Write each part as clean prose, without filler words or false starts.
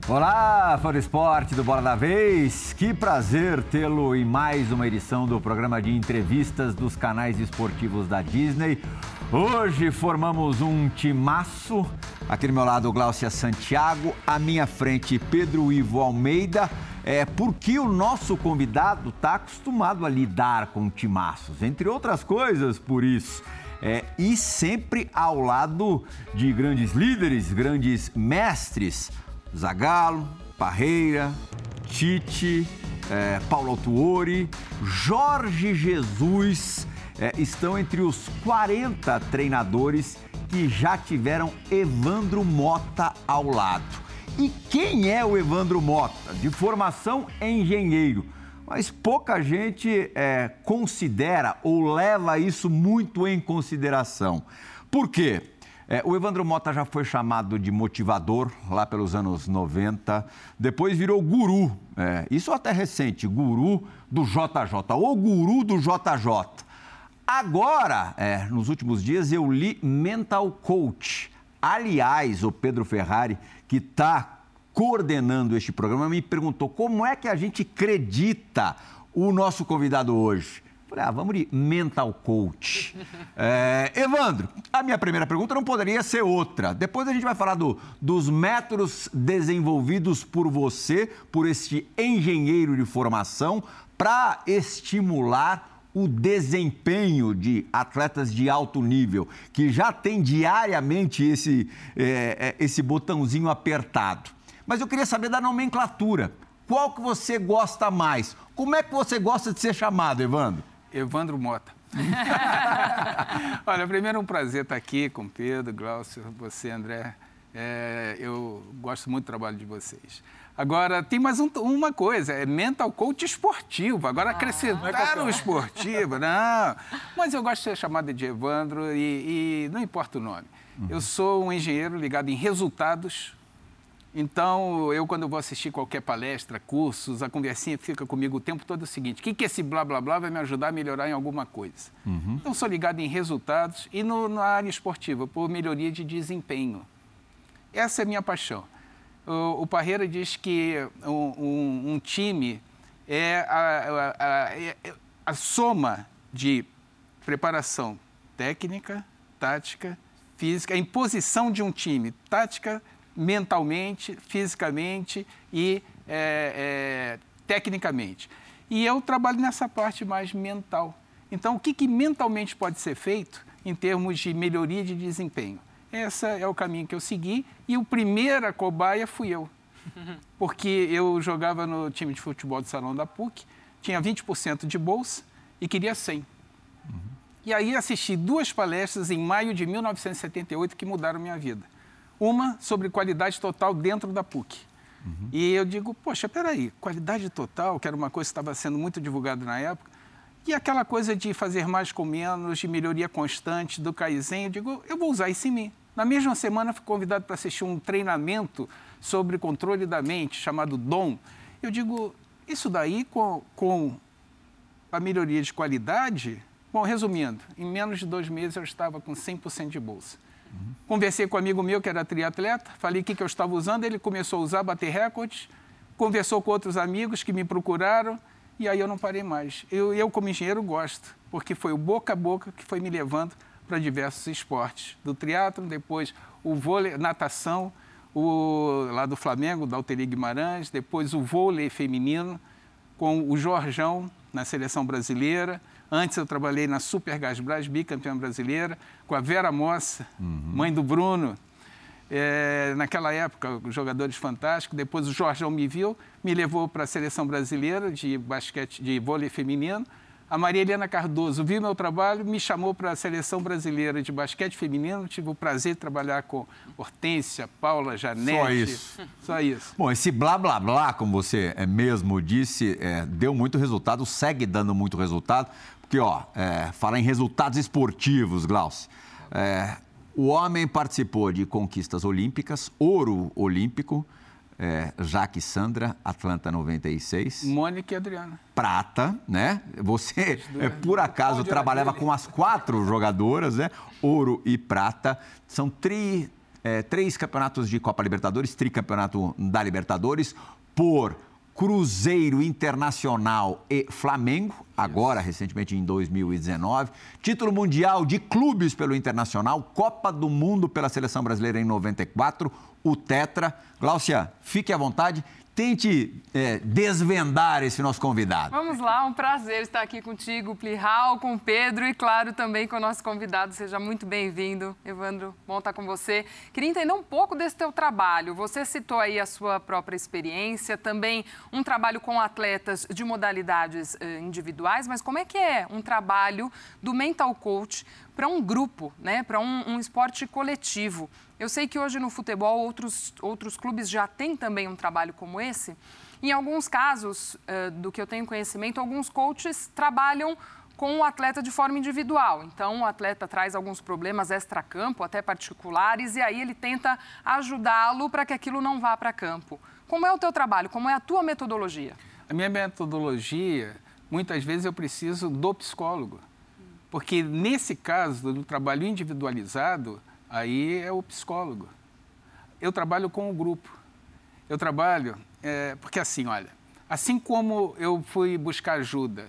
Olá, fã do esporte do Bola da Vez. Que prazer tê-lo em mais uma edição do programa de entrevistas dos canais esportivos da Disney. Hoje formamos um timaço. Aqui do meu lado, Gláucia Santiago. À minha frente, Pedro Ivo Almeida. Porque o nosso convidado está acostumado a lidar com timaços, entre outras coisas, por isso. E sempre ao lado de grandes líderes, grandes mestres. Zagallo, Parreira, Tite, Paulo Autuori, Jorge Jesus estão entre os 40 treinadores que já tiveram Evandro Mota ao lado. E quem é o Evandro Mota? De formação engenheiro, mas pouca gente considera ou leva isso muito em consideração. Por quê? O Evandro Mota já foi chamado de motivador lá pelos anos 90, depois virou guru, isso até recente, guru do JJ, ou guru do JJ. Agora, nos últimos dias, eu li Mental Coach. Aliás, o Pedro Ferrari, que está coordenando este programa, me perguntou como é que a gente acredita o nosso convidado hoje. Falei, vamos de Mental Coach. Evandro, a minha primeira pergunta não poderia ser outra. Depois a gente vai falar dos métodos desenvolvidos por você, por este engenheiro de formação, para estimular o desempenho de atletas de alto nível, que já tem diariamente esse botãozinho apertado. Mas eu queria saber da nomenclatura. Qual que você gosta mais? Como é que você gosta de ser chamado, Evandro? Evandro Mota. Olha, primeiro é um prazer estar aqui com Pedro, Gláucio, você, André. Eu gosto muito do trabalho de vocês. Agora, tem mais uma coisa, Mental Coach esportivo. Agora acrescentaram o esportivo. Não, mas eu gosto de ser chamado de Evandro e não importa o nome. Eu sou um engenheiro ligado em resultados. Então, quando eu vou assistir qualquer palestra, cursos, a conversinha fica comigo o tempo todo o seguinte: o que esse blá, blá, blá vai me ajudar a melhorar em alguma coisa? Então, sou ligado em resultados e na área esportiva, por melhoria de desempenho. Essa é a minha paixão. O Parreira diz que um time é a soma de preparação técnica, tática, física, a imposição de um time, tática, mentalmente, fisicamente e tecnicamente. E eu trabalho nessa parte mais mental. Então, o que mentalmente pode ser feito em termos de melhoria de desempenho? Esse é o caminho que eu segui e o primeiro a cobaia fui eu. Porque eu jogava no time de futebol do Salão da PUC, tinha 20% de bolsa e queria 100%. E aí assisti 2 palestras em maio de 1978 que mudaram minha vida. Uma sobre qualidade total dentro da PUC. E eu digo, poxa, peraí, qualidade total, que era uma coisa que estava sendo muito divulgada na época, e aquela coisa de fazer mais com menos, de melhoria constante, do Kaizen, eu digo, eu vou usar isso em mim. Na mesma semana, fui convidado para assistir um treinamento sobre controle da mente, chamado DOM. Eu digo, isso daí com a melhoria de qualidade... Bom, resumindo, em menos de 2 meses eu estava com 100% de bolsa. Conversei com um amigo meu que era triatleta, falei o que eu estava usando, ele começou a usar, bater recordes, conversou com outros amigos que me procuraram e aí eu não parei mais. Eu como engenheiro, gosto, porque foi o boca a boca que foi me levando para diversos esportes. Do triatlon, depois o vôlei, natação, lá do Flamengo, da Alteri Guimarães, depois o vôlei feminino, com o Jorjão na seleção brasileira. Antes eu trabalhei na Super Gasbras, bicampeã brasileira, com a Vera Mossa, mãe do Bruno. Naquela época, jogadores fantásticos. Depois o Jorjão me viu, me levou para a seleção brasileira de basquete, de vôlei feminino. A Maria Helena Cardoso viu meu trabalho, me chamou para a seleção brasileira de basquete feminino. Tive o prazer de trabalhar com Hortência, Paula, Janete. Só isso. Só isso. Bom, esse blá, blá, blá, como você mesmo disse, deu muito resultado, segue dando muito resultado. Porque, falar em resultados esportivos, Gláucio, o homem participou de conquistas olímpicas, ouro olímpico, Jaque e Sandra, Atlanta 96. Mônica e Adriana. Prata, né? Você, por acaso, trabalhava com as 4 jogadoras, né? Ouro e prata. São 3 campeonatos de Copa Libertadores, tricampeonato da Libertadores, por Cruzeiro, Internacional e Flamengo, agora, recentemente em 2019. Título mundial de clubes pelo Internacional, Copa do Mundo pela Seleção Brasileira em 94, o Tetra. Gláucia, fique à vontade. Tente desvendar esse nosso convidado. Vamos lá, um prazer estar aqui contigo, Plihal, com o Pedro e, claro, também com o nosso convidado. Seja muito bem-vindo, Evandro, bom estar com você. Queria entender um pouco desse teu trabalho. Você citou aí a sua própria experiência, também um trabalho com atletas de modalidades individuais, mas como é que é um trabalho do mental coach para um grupo, né? Para um esporte coletivo? Eu sei que hoje no futebol outros clubes já têm também um trabalho como esse. Em alguns casos, do que eu tenho conhecimento, alguns coaches trabalham com o atleta de forma individual. Então, o atleta traz alguns problemas extracampo, até particulares, e aí ele tenta ajudá-lo para que aquilo não vá para campo. Como é o teu trabalho? Como é a tua metodologia? A minha metodologia, muitas vezes eu preciso do psicólogo. Porque nesse caso do trabalho individualizado, aí é o psicólogo. Eu trabalho com o grupo. Eu trabalho, porque assim, olha, assim como eu fui buscar ajuda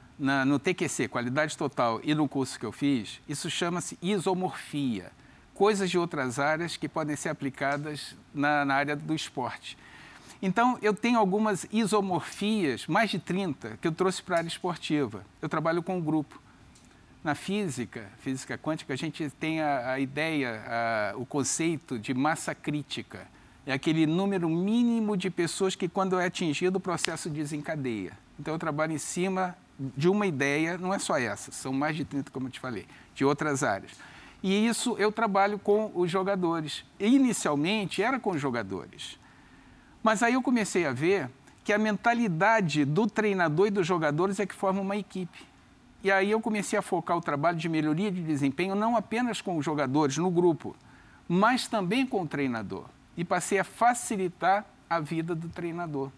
no TQC, Qualidade Total, e no curso que eu fiz, isso chama-se isomorfia. Coisas de outras áreas que podem ser aplicadas na área do esporte. Então, eu tenho algumas isomorfias, mais de 30, que eu trouxe para a área esportiva. Eu trabalho com o grupo. Na física quântica, a gente tem a ideia, o conceito de massa crítica. É aquele número mínimo de pessoas que, quando é atingido, o processo desencadeia. Então, eu trabalho em cima de uma ideia, não é só essa, são mais de 30, como eu te falei, de outras áreas. E isso eu trabalho com os jogadores. Inicialmente, era com os jogadores. Mas aí eu comecei a ver que a mentalidade do treinador e dos jogadores é que forma uma equipe. E aí eu comecei a focar o trabalho de melhoria de desempenho não apenas com os jogadores no grupo, mas também com o treinador. E passei a facilitar a vida do treinador.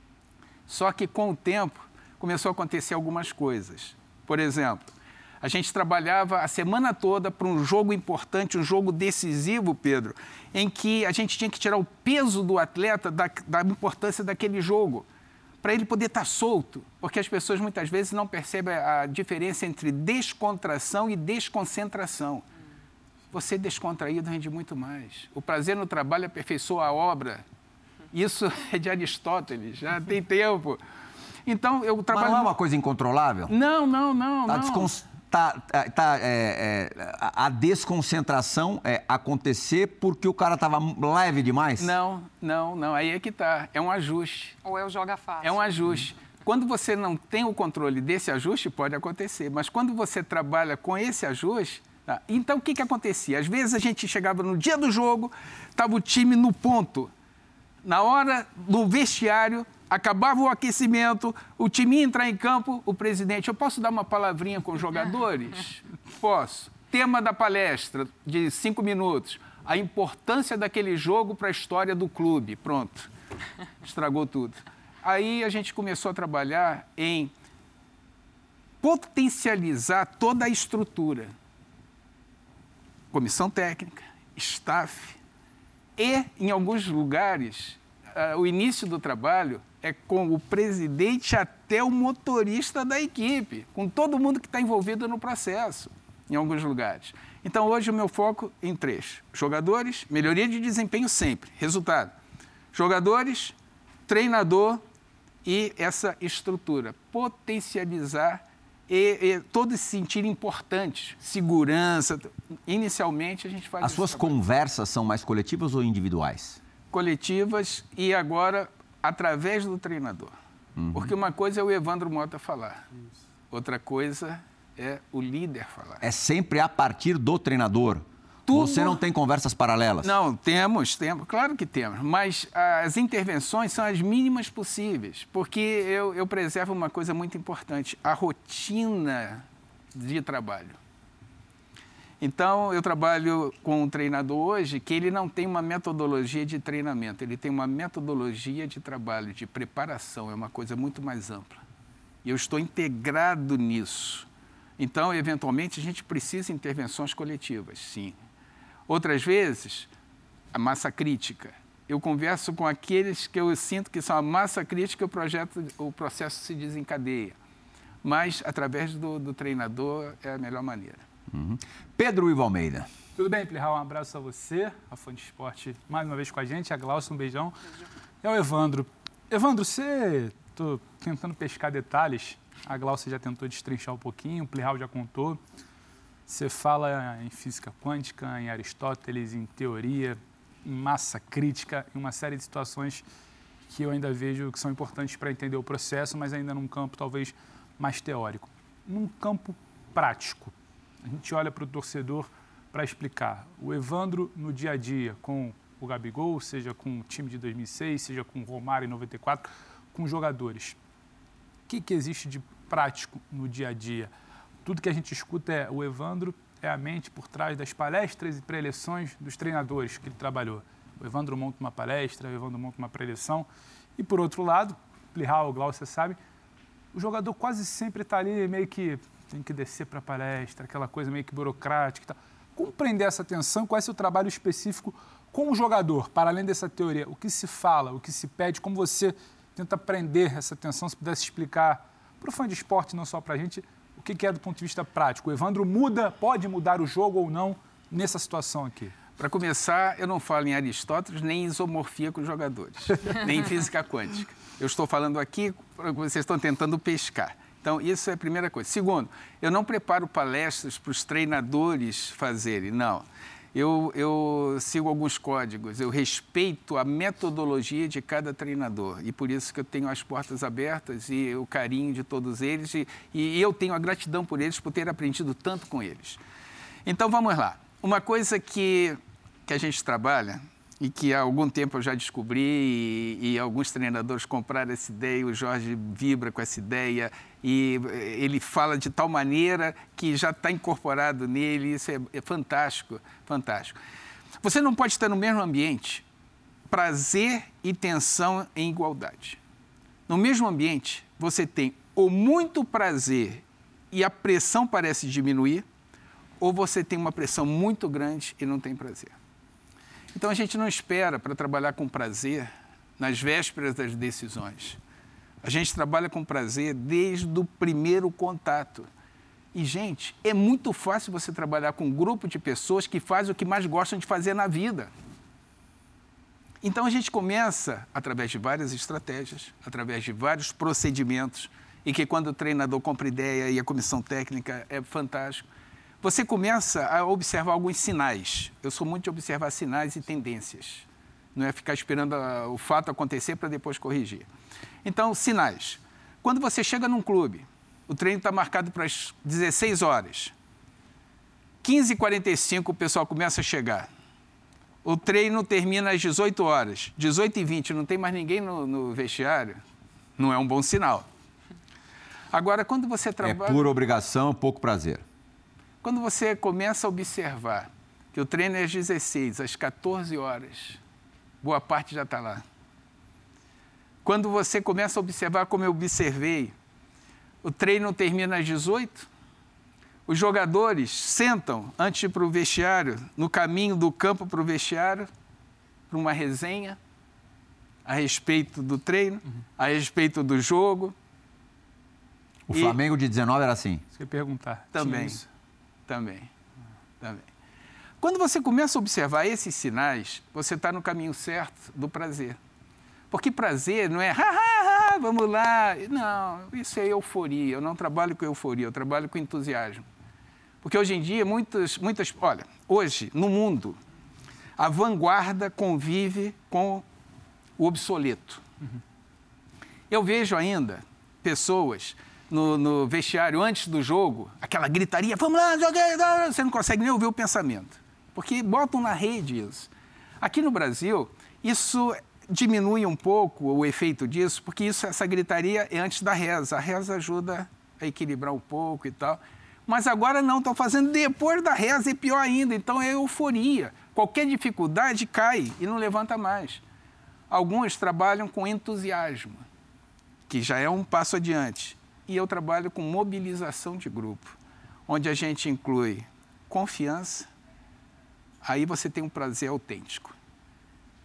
Só que com o tempo começou a acontecer algumas coisas. Por exemplo, a gente trabalhava a semana toda para um jogo importante, um jogo decisivo, Pedro, em que a gente tinha que tirar o peso do atleta da importância daquele jogo, para ele poder estar solto, porque as pessoas muitas vezes não percebem a diferença entre descontração e desconcentração. Você descontraído rende muito mais. O prazer no trabalho aperfeiçoa a obra. Isso é de Aristóteles, já tem tempo. Então, eu trabalho... Mas não é uma coisa incontrolável? Não. A desconcentração acontecer porque o cara estava leve demais? Não. Aí é que está. É um ajuste. Ou é o joga fácil? É um ajuste. Quando você não tem o controle desse ajuste, pode acontecer. Mas quando você trabalha com esse ajuste... Tá? Então, o que acontecia? Às vezes, a gente chegava no dia do jogo, estava o time no ponto. Na hora do vestiário... Acabava o aquecimento, o time ia entrar em campo, o presidente, eu posso dar uma palavrinha com os jogadores? Posso. Tema da palestra, de 5 minutos. A importância daquele jogo para a história do clube. Pronto. Estragou tudo. Aí a gente começou a trabalhar em potencializar toda a estrutura. Comissão técnica, staff e, em alguns lugares, o início do trabalho é com o presidente até o motorista da equipe, com todo mundo que está envolvido no processo, em alguns lugares. Então, hoje, o meu foco em 3. Jogadores, melhoria de desempenho sempre, resultado. Jogadores, treinador e essa estrutura. Potencializar e todos se sentirem importantes. Segurança. Inicialmente, a gente faz As suas conversas são mais coletivas ou individuais? Coletivas e agora através do treinador. Porque uma coisa é o Evandro Mota falar, outra coisa é o líder falar. É sempre a partir do treinador? Tudo... Você não tem conversas paralelas? Não, temos, claro que temos, mas as intervenções são as mínimas possíveis, porque eu preservo uma coisa muito importante, a rotina de trabalho. Então, eu trabalho com um treinador hoje que ele não tem uma metodologia de treinamento, ele tem uma metodologia de trabalho, de preparação, é uma coisa muito mais ampla. E eu estou integrado nisso. Então, eventualmente, a gente precisa de intervenções coletivas, sim. Outras vezes, a massa crítica. Eu converso com aqueles que eu sinto que são a massa crítica, o processo se desencadeia. Mas, através do treinador, é a melhor maneira. Pedro Ivo Almeida. Tudo bem, Plihal? Um abraço a você, a Fã de Esporte, mais uma vez com a gente, a Glaucia, um beijão. E ao Evandro. Evandro, estou tentando pescar detalhes, a Glaucia já tentou destrinchar um pouquinho, o Plihal já contou. Você fala em física quântica, em Aristóteles, em teoria, em massa crítica, em uma série de situações que eu ainda vejo que são importantes para entender o processo, mas ainda num campo talvez mais teórico. Num campo prático, a gente olha para o torcedor para explicar. O Evandro, no dia a dia, com o Gabigol, seja com o time de 2006, seja com o Romário em 94, com jogadores. O que existe de prático no dia a dia? Tudo que a gente escuta é o Evandro é a mente por trás das palestras e pré-eleições dos treinadores que ele trabalhou. O Evandro monta uma palestra, o Evandro monta uma pré-eleição. E, por outro lado, Plihal, Glaucia sabe, o jogador quase sempre está ali meio que tem que descer para a palestra, aquela coisa meio que burocrática e tal. Como prender essa atenção? Qual é o seu trabalho específico com o jogador, para além dessa teoria? O que se fala, o que se pede, como você tenta prender essa atenção, se pudesse explicar para o fã de esporte, não só para a gente, o que é do ponto de vista prático? O Evandro pode mudar o jogo ou não nessa situação aqui? Para começar, eu não falo em Aristóteles, nem em isomorfia com os jogadores, nem em física quântica. Eu estou falando aqui, vocês estão tentando pescar. Então, isso é a primeira coisa. Segundo, eu não preparo palestras para os treinadores fazerem, não. Eu sigo alguns códigos, eu respeito a metodologia de cada treinador e por isso que eu tenho as portas abertas e o carinho de todos eles e eu tenho a gratidão por eles por ter aprendido tanto com eles. Então, vamos lá. Uma coisa que a gente trabalha e que há algum tempo eu já descobri e alguns treinadores compraram essa ideia, o Jorge vibra com essa ideia e ele fala de tal maneira que já está incorporado nele, isso é fantástico, fantástico. Você não pode estar no mesmo ambiente prazer e tensão em igualdade. No mesmo ambiente, você tem ou muito prazer e a pressão parece diminuir, ou você tem uma pressão muito grande e não tem prazer. Então, a gente não espera para trabalhar com prazer nas vésperas das decisões. A gente trabalha com prazer desde o primeiro contato. E, gente, é muito fácil você trabalhar com um grupo de pessoas que fazem o que mais gostam de fazer na vida. Então, a gente começa através de várias estratégias, através de vários procedimentos, e que quando o treinador compra ideia e a comissão técnica é fantástico, você começa a observar alguns sinais. Eu sou muito de observar sinais e tendências. Não é ficar esperando o fato acontecer para depois corrigir. Então, sinais. Quando você chega num clube, o treino está marcado para as 16 horas. 15h45 o pessoal começa a chegar. O treino termina às 18 horas. 18h20 não tem mais ninguém no vestiário. Não é um bom sinal. Agora, quando você trabalha... É pura obrigação, pouco prazer. Quando você começa a observar que o treino é às 16, às 14 horas, boa parte já está lá. Quando você começa a observar, como eu observei, o treino termina às 18, os jogadores sentam antes de ir para o vestiário, no caminho do campo para o vestiário, para uma resenha a respeito do treino, a respeito do jogo. O Flamengo de 19 era assim? Você ia perguntar. Também. Quando você começa a observar esses sinais, você está no caminho certo do prazer. Porque prazer não é, vamos lá. Não, isso é euforia. Eu não trabalho com euforia, eu trabalho com entusiasmo. Porque hoje em dia, olha, hoje, no mundo, a vanguarda convive com o obsoleto. Eu vejo ainda pessoas... No vestiário, antes do jogo, aquela gritaria, vamos lá, joguei, você não consegue nem ouvir o pensamento, porque botam na rede isso. Aqui no Brasil, isso diminui um pouco o efeito disso, porque essa gritaria é antes da reza. A reza ajuda a equilibrar um pouco e tal. Mas agora não, estão fazendo depois da reza, é pior ainda, então é euforia. Qualquer dificuldade cai e não levanta mais. Alguns trabalham com entusiasmo, que já é um passo adiante. E eu trabalho com mobilização de grupo, onde a gente inclui confiança, aí você tem um prazer autêntico.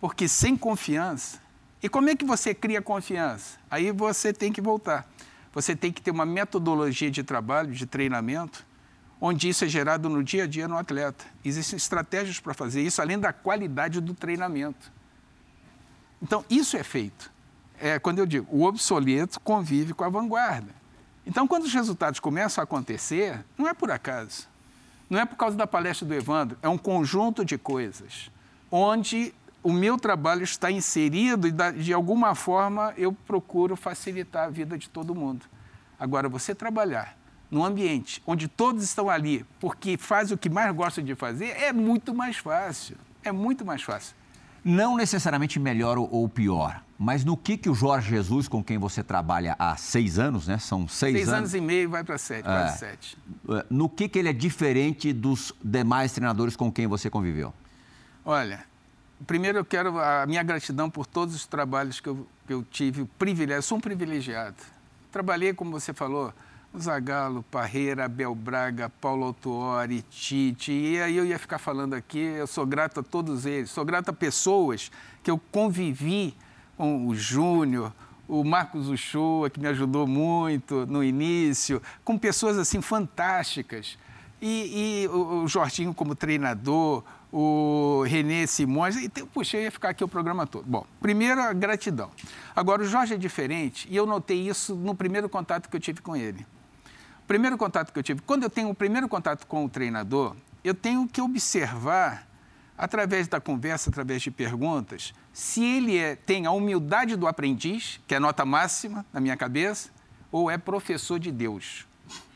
Porque sem confiança... E como é que você cria confiança? Aí você tem que voltar. Você tem que ter uma metodologia de trabalho, de treinamento, onde isso é gerado no dia a dia no atleta. Existem estratégias para fazer isso, além da qualidade do treinamento. Então, isso é feito. Quando eu digo, o obsoleto convive com a vanguarda. Então, quando os resultados começam a acontecer, não é por acaso. Não é por causa da palestra do Evandro, é um conjunto de coisas, onde o meu trabalho está inserido e, de alguma forma, eu procuro facilitar a vida de todo mundo. Agora, você trabalhar num ambiente onde todos estão ali porque faz o que mais gostam de fazer, é muito mais fácil. É muito mais fácil. Não necessariamente melhor ou pior, mas no que o Jorge Jesus, com quem você trabalha há 6 anos, né? São 6 anos. 6 anos e meio, vai para 7, quase 7. No que ele é diferente dos demais treinadores com quem você conviveu? Olha, primeiro eu quero a minha gratidão por todos os trabalhos que eu tive o privilégio. Eu sou um privilegiado. Trabalhei, como você falou, o Zagallo, Parreira, Abel Braga, Paulo Autuori, Tite, e aí eu ia ficar falando aqui, eu sou grato a todos eles, sou grato a pessoas que eu convivi com o Júnior, o Marcos Uchoa, que me ajudou muito no início, com pessoas assim fantásticas, e o Jorginho como treinador, o René Simões, puxa, eu ia ficar aqui o programa todo. Bom, primeiro a gratidão. Agora, o Jorge é diferente, e eu notei isso no primeiro contato que eu tive com ele. Primeiro contato que eu tive, quando eu tenho o primeiro contato com o treinador, eu tenho que observar, através da conversa, através de perguntas, se ele tem a humildade do aprendiz, que é nota máxima na minha cabeça, ou é professor de Deus.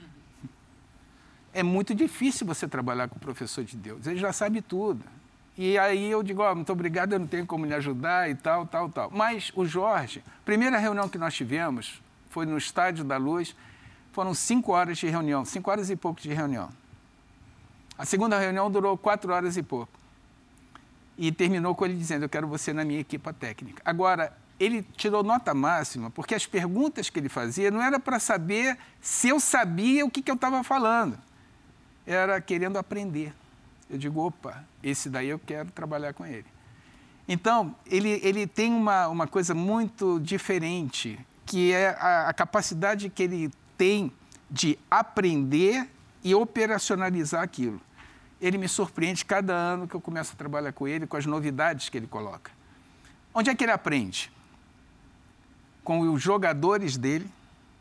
É muito difícil você trabalhar com o professor de Deus, ele já sabe tudo. E aí eu digo, muito obrigado, eu não tenho como lhe ajudar e tal. Mas o Jorge, primeira reunião que nós tivemos foi no Estádio da Luz. Foram 5 horas de reunião, 5 horas e pouco de reunião. A segunda reunião durou 4 horas e pouco. E terminou com ele dizendo, eu quero você na minha equipe técnica. Agora, ele tirou nota máxima, porque as perguntas que ele fazia não era para saber se eu sabia o que eu estava falando. Era querendo aprender. Eu digo, opa, esse daí eu quero trabalhar com ele. Então, ele tem uma coisa muito diferente, que é a capacidade que ele tem de aprender e operacionalizar aquilo. Ele me surpreende cada ano que eu começo a trabalhar com ele, com as novidades que ele coloca. Onde é que ele aprende? Com os jogadores dele.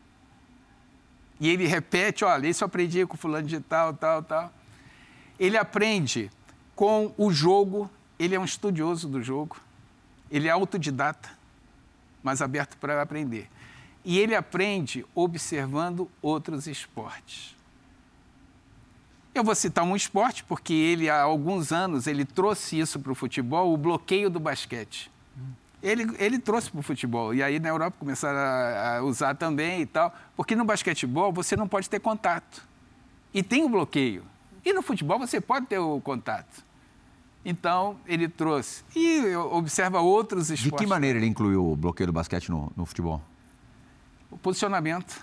E ele repete, olha, isso eu aprendi com fulano de tal. Ele aprende com o jogo, ele é um estudioso do jogo, ele é autodidata, mas aberto para aprender. E ele aprende observando outros esportes. Eu vou citar um esporte, porque ele, há alguns anos, ele trouxe isso para o futebol, o bloqueio do basquete. Ele trouxe para o futebol, e aí na Europa começaram a usar também e tal, porque no basquetebol você não pode ter contato. E tem o bloqueio. E no futebol você pode ter o contato. Então, ele trouxe. E observa outros esportes. De que maneira ele incluiu o bloqueio do basquete no futebol? O posicionamento.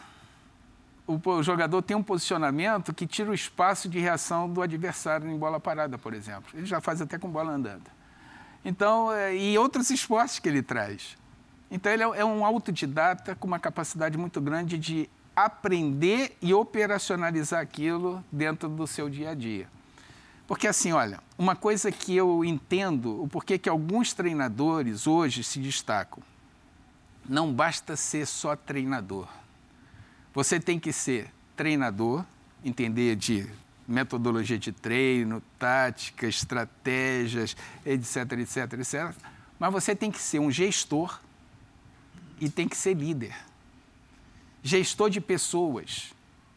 O jogador tem um posicionamento que tira o espaço de reação do adversário em bola parada, por exemplo. Ele já faz até com bola andando. Então, e outros esportes que ele traz. Então, ele é um autodidata com uma capacidade muito grande de aprender e operacionalizar aquilo dentro do seu dia a dia. Porque, assim, olha, uma coisa que eu entendo, o porquê que alguns treinadores hoje se destacam. Não basta ser só treinador. Você tem que ser treinador, entender de metodologia de treino, tática, estratégias, etc. Mas você tem que ser um gestor e tem que ser líder. Gestor de pessoas.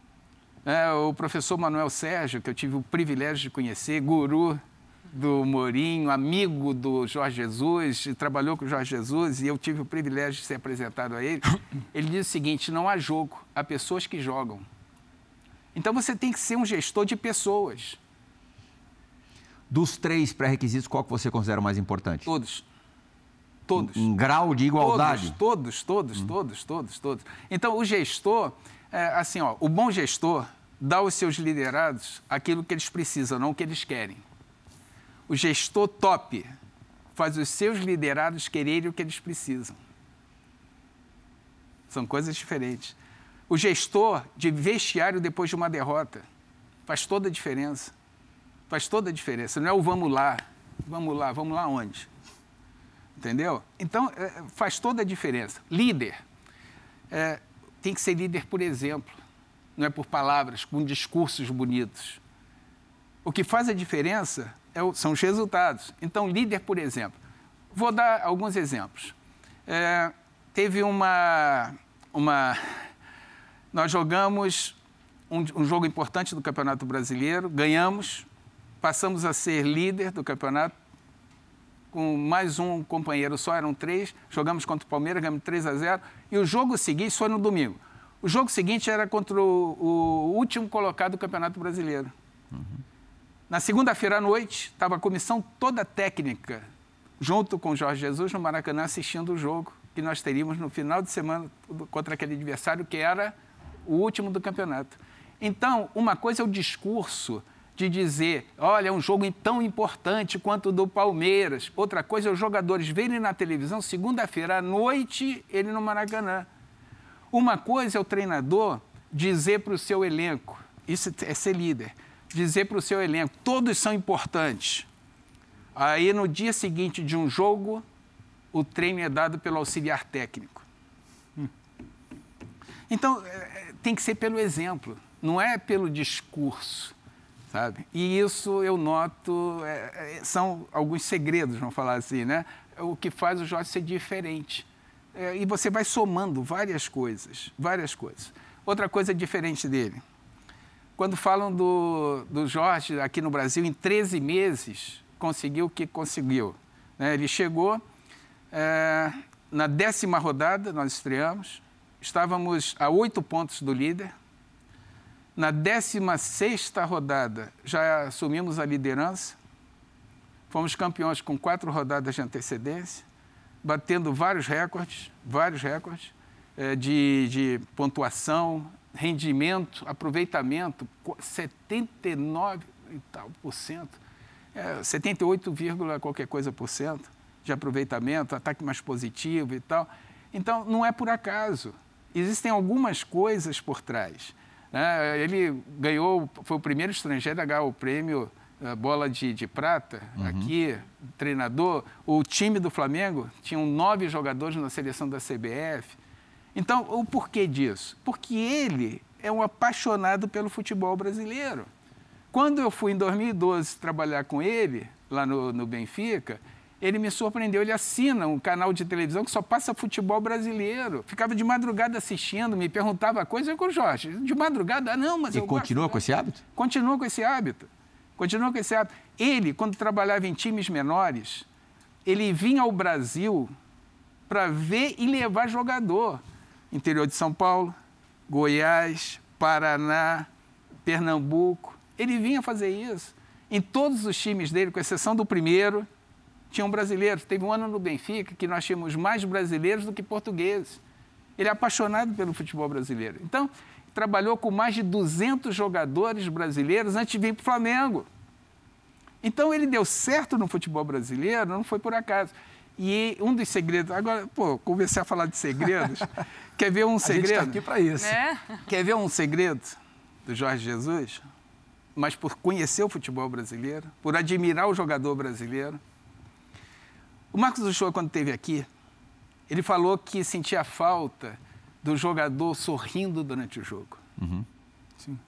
O professor Manuel Sérgio, que eu tive o privilégio de conhecer, guru do Mourinho, amigo do Jorge Jesus, trabalhou com o Jorge Jesus e eu tive o privilégio de ser apresentado a ele. Ele diz o seguinte, não há jogo, há pessoas que jogam. Então, você tem que ser um gestor de pessoas. Dos 3 pré-requisitos, qual que você considera o mais importante? Todos. Em grau de igualdade? Todos. Então, o gestor, o bom gestor dá aos seus liderados aquilo que eles precisam, não o que eles querem. O gestor top faz os seus liderados quererem o que eles precisam. São coisas diferentes. O gestor de vestiário depois de uma derrota faz toda a diferença. Faz toda a diferença. Não é o vamos lá onde? Entendeu? Então, faz toda a diferença. Líder tem que ser líder por exemplo, não é por palavras, com discursos bonitos. O que faz a diferença são os resultados. Então, líder por exemplo. Vou dar alguns exemplos. Teve nós jogamos um jogo importante do Campeonato Brasileiro, ganhamos, passamos a ser líder do campeonato, com mais um companheiro só, eram 3, jogamos contra o Palmeiras, ganhamos 3-0, e o jogo seguinte, isso foi no domingo, o jogo seguinte era contra o último colocado do Campeonato Brasileiro. Uhum. Na segunda-feira à noite, estava a comissão toda técnica, junto com o Jorge Jesus, no Maracanã, assistindo o jogo que nós teríamos no final de semana contra aquele adversário que era o último do campeonato. Então, uma coisa é o discurso de dizer, olha, é um jogo tão importante quanto o do Palmeiras. Outra coisa é os jogadores verem na televisão, segunda-feira à noite, ele no Maracanã. Uma coisa é o treinador dizer para o seu elenco, isso é ser líder, dizer para o seu elenco, todos são importantes. Aí, no dia seguinte de um jogo, o treino é dado pelo auxiliar técnico. Então, tem que ser pelo exemplo, não é pelo discurso, sabe? E isso eu noto, são alguns segredos, vamos falar assim, né? O que faz o Jorge ser diferente. E você vai somando várias coisas. Outra coisa diferente dele. Quando falam do Jorge aqui no Brasil, em 13 meses, conseguiu o que conseguiu. Ele chegou, na 10ª rodada, nós estreamos, estávamos a 8 pontos do líder. Na 16ª rodada, já assumimos a liderança. Fomos campeões com 4 rodadas de antecedência, batendo vários recordes de pontuação, rendimento, aproveitamento, 79 e tal por cento, 78, qualquer coisa por cento de aproveitamento, ataque mais positivo e tal. Então, não é por acaso. Existem algumas coisas por trás. Ele foi o primeiro estrangeiro a ganhar o prêmio Bola de Prata, aqui, treinador. O time do Flamengo tinha 9 jogadores na seleção da CBF. Então, o porquê disso? Porque ele é um apaixonado pelo futebol brasileiro. Quando eu fui, em 2012, trabalhar com ele, lá no Benfica, ele me surpreendeu. Ele assina um canal de televisão que só passa futebol brasileiro. Ficava de madrugada assistindo, me perguntava coisa com o Jorge. De madrugada, não, mas eu gosto. E continua com esse hábito? Continua com esse hábito. Ele, quando trabalhava em times menores, ele vinha ao Brasil para ver e levar jogador. Interior de São Paulo, Goiás, Paraná, Pernambuco. Ele vinha fazer isso. Em todos os times dele, com exceção do primeiro, tinham brasileiros. Teve um ano no Benfica que nós tínhamos mais brasileiros do que portugueses. Ele é apaixonado pelo futebol brasileiro. Então, trabalhou com mais de 200 jogadores brasileiros antes de vir para o Flamengo. Então, ele deu certo no futebol brasileiro, não foi por acaso. E um dos segredos... Agora, comecei a falar de segredos. Quer ver um segredo? A gente está aqui para isso. Quer ver um segredo do Jorge Jesus? Mas por conhecer o futebol brasileiro, por admirar o jogador brasileiro. O Marcos Uchoa, quando esteve aqui, ele falou que sentia falta do jogador sorrindo durante o jogo. Uhum. Sim.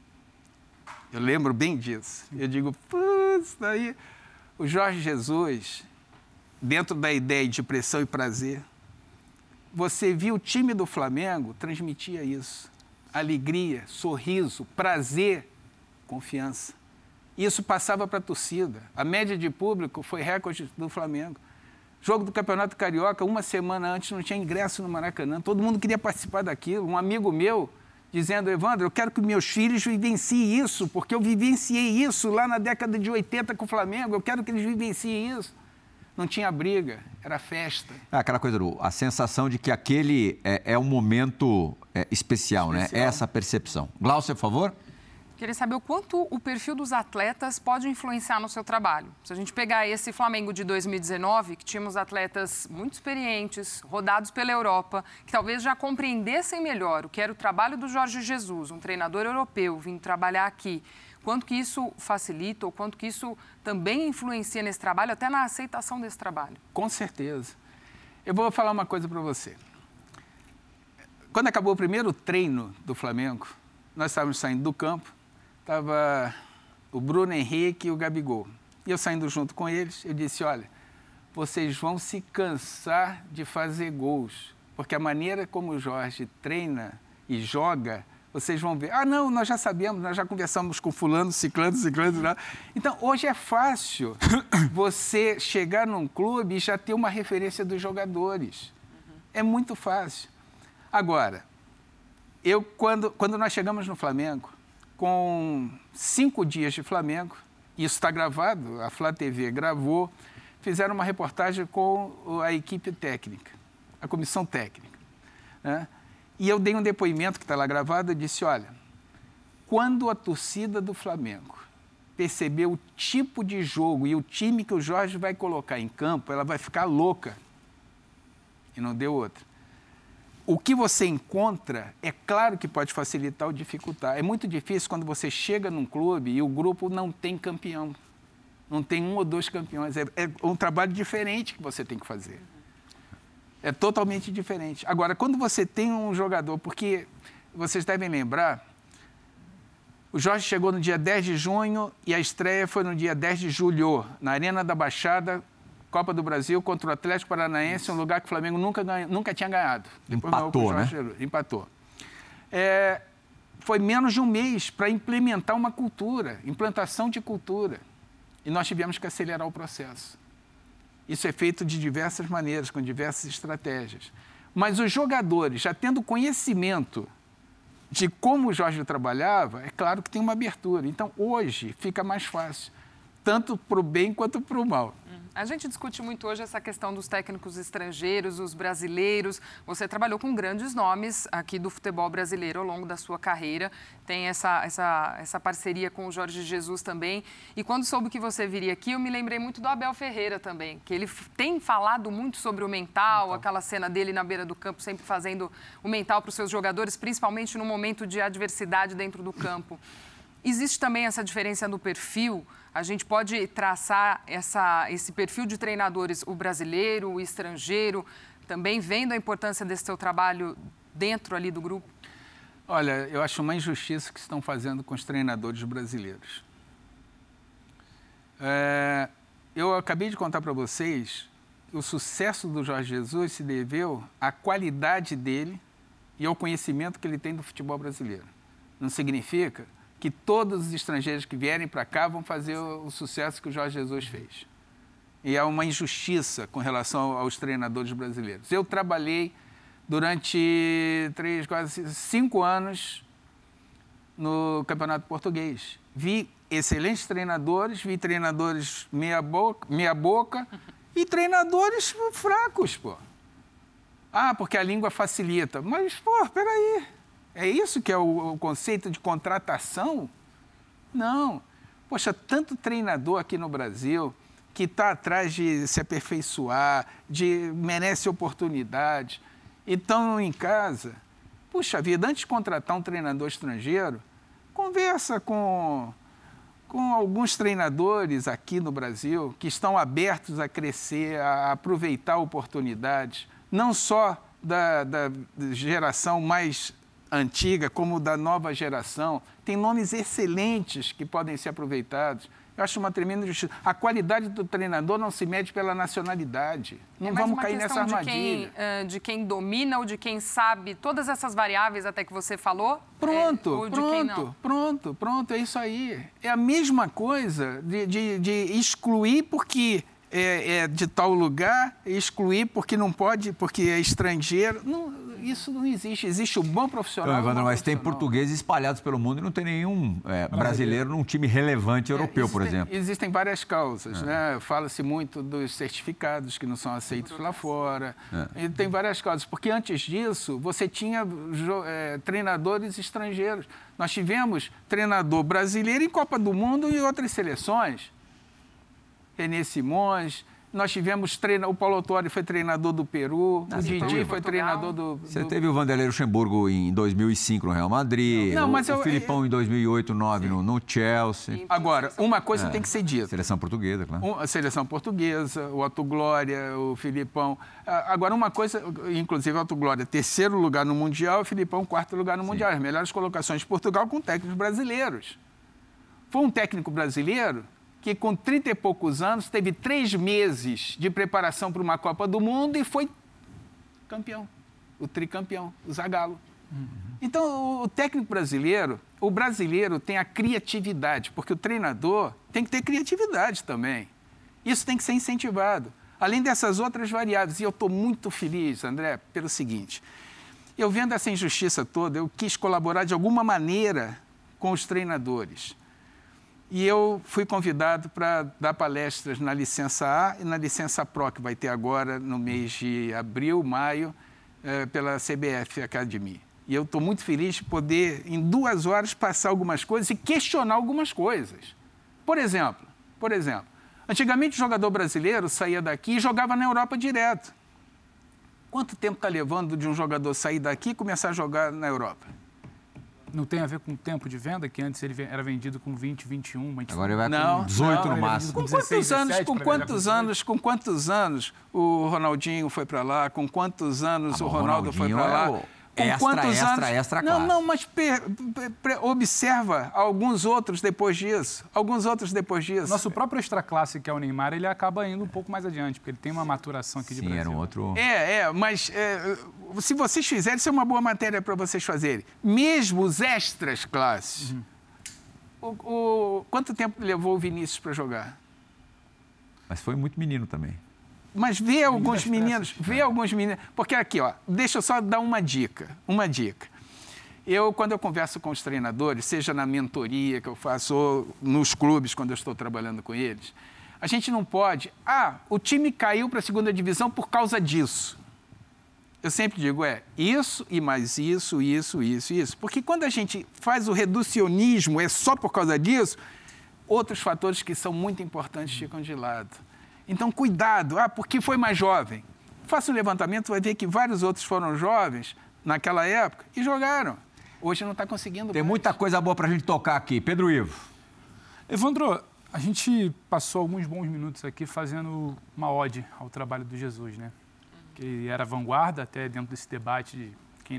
Eu lembro bem disso. Eu digo, putz, daí... O Jorge Jesus, dentro da ideia de pressão e prazer, você viu o time do Flamengo, transmitia isso. Alegria, sorriso, prazer, confiança. Isso passava para a torcida. A média de público foi recorde do Flamengo. Jogo do Campeonato Carioca, uma semana antes, não tinha ingresso no Maracanã. Todo mundo queria participar daquilo. Um amigo meu dizendo, Evandro, eu quero que meus filhos vivenciem isso, porque eu vivenciei isso lá na década de 80 com o Flamengo. Eu quero que eles vivenciem isso. Não tinha briga, era festa. Aquela coisa, a sensação de que aquele é um momento especial, né? Essa percepção. Glaucio, por favor. Queria saber o quanto o perfil dos atletas pode influenciar no seu trabalho. Se a gente pegar esse Flamengo de 2019, que tínhamos atletas muito experientes, rodados pela Europa, que talvez já compreendessem melhor o que era o trabalho do Jorge Jesus, um treinador europeu, vindo trabalhar aqui. Quanto que isso facilita ou quanto que isso também influencia nesse trabalho, até na aceitação desse trabalho? Com certeza. Eu vou falar uma coisa para você. Quando acabou o primeiro treino do Flamengo, nós estávamos saindo do campo, estava o Bruno Henrique e o Gabigol. E eu saindo junto com eles, eu disse, olha, vocês vão se cansar de fazer gols, porque a maneira como o Jorge treina e joga, vocês vão ver. Ah, não, nós já sabemos, nós já conversamos com fulano, ciclano. Então, hoje é fácil você chegar num clube e já ter uma referência dos jogadores. É muito fácil. Agora, quando nós chegamos no Flamengo, com 5 dias de Flamengo, isso está gravado, a Flá TV gravou, fizeram uma reportagem com a equipe técnica, a comissão técnica, né? E eu dei um depoimento que está lá gravado, eu disse, olha, quando a torcida do Flamengo perceber o tipo de jogo e o time que o Jorge vai colocar em campo, ela vai ficar louca. E não deu outra. O que você encontra, é claro que pode facilitar ou dificultar. É muito difícil quando você chega num clube e o grupo não tem campeão. Não tem 1 ou 2 campeões. É um trabalho diferente que você tem que fazer. É totalmente diferente. Agora, quando você tem um jogador, porque vocês devem lembrar, o Jorge chegou no dia 10 de junho e a estreia foi no dia 10 de julho, na Arena da Baixada, Copa do Brasil contra o Atlético Paranaense, um lugar que o Flamengo nunca tinha ganhado. Empatou, né? Empatou. Foi menos de um mês para implementar uma cultura, implantação de cultura. E nós tivemos que acelerar o processo. Isso é feito de diversas maneiras, com diversas estratégias. Mas os jogadores, já tendo conhecimento de como o Jorge trabalhava, é claro que tem uma abertura. Então, hoje, fica mais fácil, tanto para o bem quanto para o mal. A gente discute muito hoje essa questão dos técnicos estrangeiros, os brasileiros. Você trabalhou com grandes nomes aqui do futebol brasileiro ao longo da sua carreira. Tem essa parceria com o Jorge Jesus também. E quando soube que você viria aqui, eu me lembrei muito do Abel Ferreira também, que ele tem falado muito sobre o mental, aquela cena dele na beira do campo, sempre fazendo o mental para os seus jogadores, principalmente no momento de adversidade dentro do campo. Existe também essa diferença no perfil? A gente pode traçar esse perfil de treinadores, o brasileiro, o estrangeiro, também vendo a importância desse seu trabalho dentro ali do grupo? Olha, eu acho uma injustiça que estão fazendo com os treinadores brasileiros. Eu acabei de contar para vocês que o sucesso do Jorge Jesus se deveu à qualidade dele e ao conhecimento que ele tem do futebol brasileiro. Não significa que todos os estrangeiros que vierem para cá vão fazer o sucesso que o Jorge Jesus fez. E é uma injustiça com relação aos treinadores brasileiros. Eu trabalhei durante quase 5 anos no Campeonato Português. Vi excelentes treinadores, vi treinadores meia boca e treinadores fracos, pô. Ah, porque a língua facilita. Mas, pô, peraí. É isso que é o conceito de contratação? Não. Poxa, tanto treinador aqui no Brasil que está atrás de se aperfeiçoar, merece oportunidade, e estão em casa. Puxa vida, antes de contratar um treinador estrangeiro, conversa com alguns treinadores aqui no Brasil que estão abertos a crescer, a aproveitar oportunidades, não só da geração mais antiga, como da nova geração. Tem nomes excelentes que podem ser aproveitados. Eu acho uma tremenda justiça. A qualidade do treinador não se mede pela nacionalidade. Não vamos cair nessa armadilha. De quem domina ou de quem sabe todas essas variáveis até que você falou? Pronto. É isso aí. É a mesma coisa de excluir porque é de tal lugar, excluir porque não pode, porque é estrangeiro. Não, Isso não existe. Existe um bom profissional. Então, Evandro, mas tem portugueses espalhados pelo mundo e não tem nenhum brasileiro num time relevante europeu, por exemplo. Existem várias causas, né? Fala-se muito dos certificados que não são aceitos lá fora. E tem várias causas, porque antes disso você tinha treinadores estrangeiros. Nós tivemos treinador brasileiro em Copa do Mundo e outras seleções. René Simões. Nós tivemos o Paulo Autuori foi treinador do Peru, o Didi foi treinador do... Você teve o Vanderlei Luxemburgo em 2005 no Real Madrid, o Filipão em 2008, 2009 no Chelsea. Agora, uma coisa tem que ser dita. Seleção portuguesa, claro. A seleção portuguesa, o Otto Glória, o Filipão. Agora, uma coisa, inclusive o Otto Glória, 3º lugar no Mundial, o Filipão 4º lugar no Mundial. As melhores colocações de Portugal com técnicos brasileiros. Foi um técnico brasileiro que com 30 e poucos anos teve 3 meses de preparação para uma Copa do Mundo e foi campeão, o tricampeão, o Zagallo. Então, o técnico brasileiro, o brasileiro tem a criatividade, porque o treinador tem que ter criatividade também. Isso tem que ser incentivado. Além dessas outras variáveis, e eu estou muito feliz, André, pelo seguinte, eu vendo essa injustiça toda, eu quis colaborar de alguma maneira com os treinadores. E eu fui convidado para dar palestras na licença A e na licença Pro, que vai ter agora no mês de abril, maio, pela CBF Academy. E eu estou muito feliz de poder, em 2 horas, passar algumas coisas e questionar algumas coisas. Por exemplo, antigamente o jogador brasileiro saía daqui e jogava na Europa direto. Quanto tempo está levando de um jogador sair daqui e começar a jogar na Europa? Não tem a ver com o tempo de venda, que antes ele era vendido com 20, 21, 25. Agora ele vai com 18 no máximo. Com quantos anos o Ronaldinho foi para lá? Com quantos anos o Ronaldo foi para lá? Extra classe. Não, mas observa alguns outros depois disso. Nosso próprio extra classe, que é o Neymar, ele acaba indo um pouco mais adiante, porque ele tem uma maturação aqui de Brasil. Era um outro... Mas se vocês fizerem, isso é uma boa matéria para vocês fazerem. Mesmo os extras classes. Quanto tempo levou o Vinícius para jogar? Mas foi muito menino também. Mas vê alguns meninos, porque aqui, deixa eu só dar uma dica. Quando eu converso com os treinadores, seja na mentoria que eu faço ou nos clubes, quando eu estou trabalhando com eles, a gente não pode, o time caiu para a 2ª divisão por causa disso. Eu sempre digo, isso e mais isso. Porque quando a gente faz o reducionismo, é só por causa disso, outros fatores que são muito importantes ficam de lado. Então, cuidado, porque foi mais jovem. Faça um levantamento, vai ver que vários outros foram jovens naquela época e jogaram. Hoje não está conseguindo. Tem muita coisa boa para a gente tocar aqui. Pedro Ivo. Evandro, a gente passou alguns bons minutos aqui fazendo uma ode ao trabalho do Jesus, né? Que era vanguarda até dentro desse debate de quem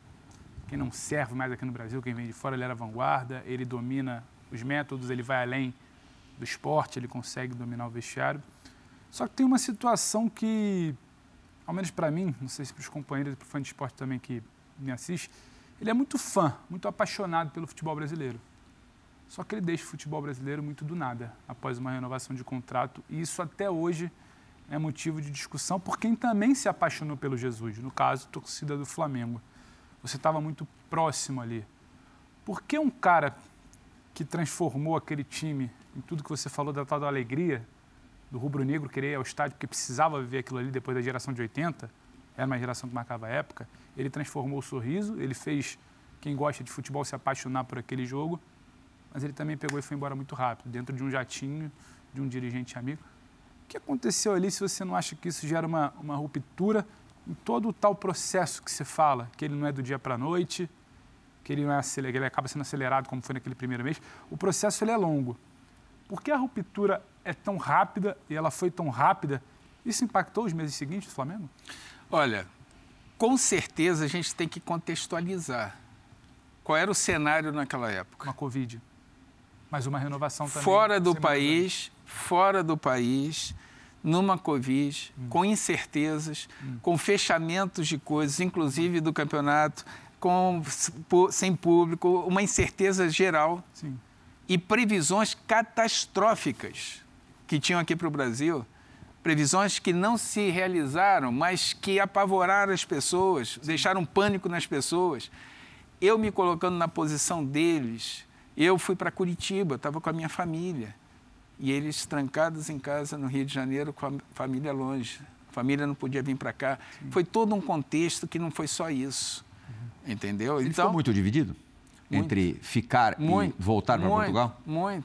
não serve mais aqui no Brasil, quem vem de fora, ele era vanguarda, ele domina os métodos, ele vai além do esporte, ele consegue dominar o vestiário. Só que tem uma situação que, ao menos para mim, não sei se para os companheiros e para o fã de esporte também que me assiste, ele é muito fã, muito apaixonado pelo futebol brasileiro. Só que ele deixa o futebol brasileiro muito do nada, após uma renovação de contrato, e isso até hoje é motivo de discussão por quem também se apaixonou pelo Jesus, no caso, torcida do Flamengo. Você estava muito próximo ali. Por que um cara que transformou aquele time em tudo que você falou da tal da alegria, do rubro-negro querer ir ao estádio porque precisava viver aquilo ali depois da geração de 80, era uma geração que marcava a época, ele transformou o sorriso, ele fez quem gosta de futebol se apaixonar por aquele jogo, mas ele também pegou e foi embora muito rápido, dentro de um jatinho, de um dirigente amigo. O que aconteceu ali, se você não acha que isso gera uma ruptura em todo o tal processo que se fala, que ele não é do dia para a noite, que ele, ele acaba sendo acelerado como foi naquele primeiro mês, o processo ele é longo. Por que a ruptura é tão rápida e ela foi tão rápida? Isso impactou os meses seguintes do Flamengo? Olha, com certeza a gente tem que contextualizar. Qual era o cenário naquela época? Uma Covid, mas uma renovação também. Fora do país, numa Covid, com incertezas, com fechamentos de coisas, inclusive do campeonato, sem público, uma incerteza geral. Sim. E previsões catastróficas que tinham aqui para o Brasil, previsões que não se realizaram, mas que apavoraram as pessoas, deixaram pânico nas pessoas. Eu me colocando na posição deles, eu fui para Curitiba, estava com a minha família, e eles trancados em casa no Rio de Janeiro com a família longe. A família não podia vir para cá. Sim. Foi todo um contexto que não foi só isso, entendeu? Você ficou muito dividido? Entre ficar e voltar para Portugal?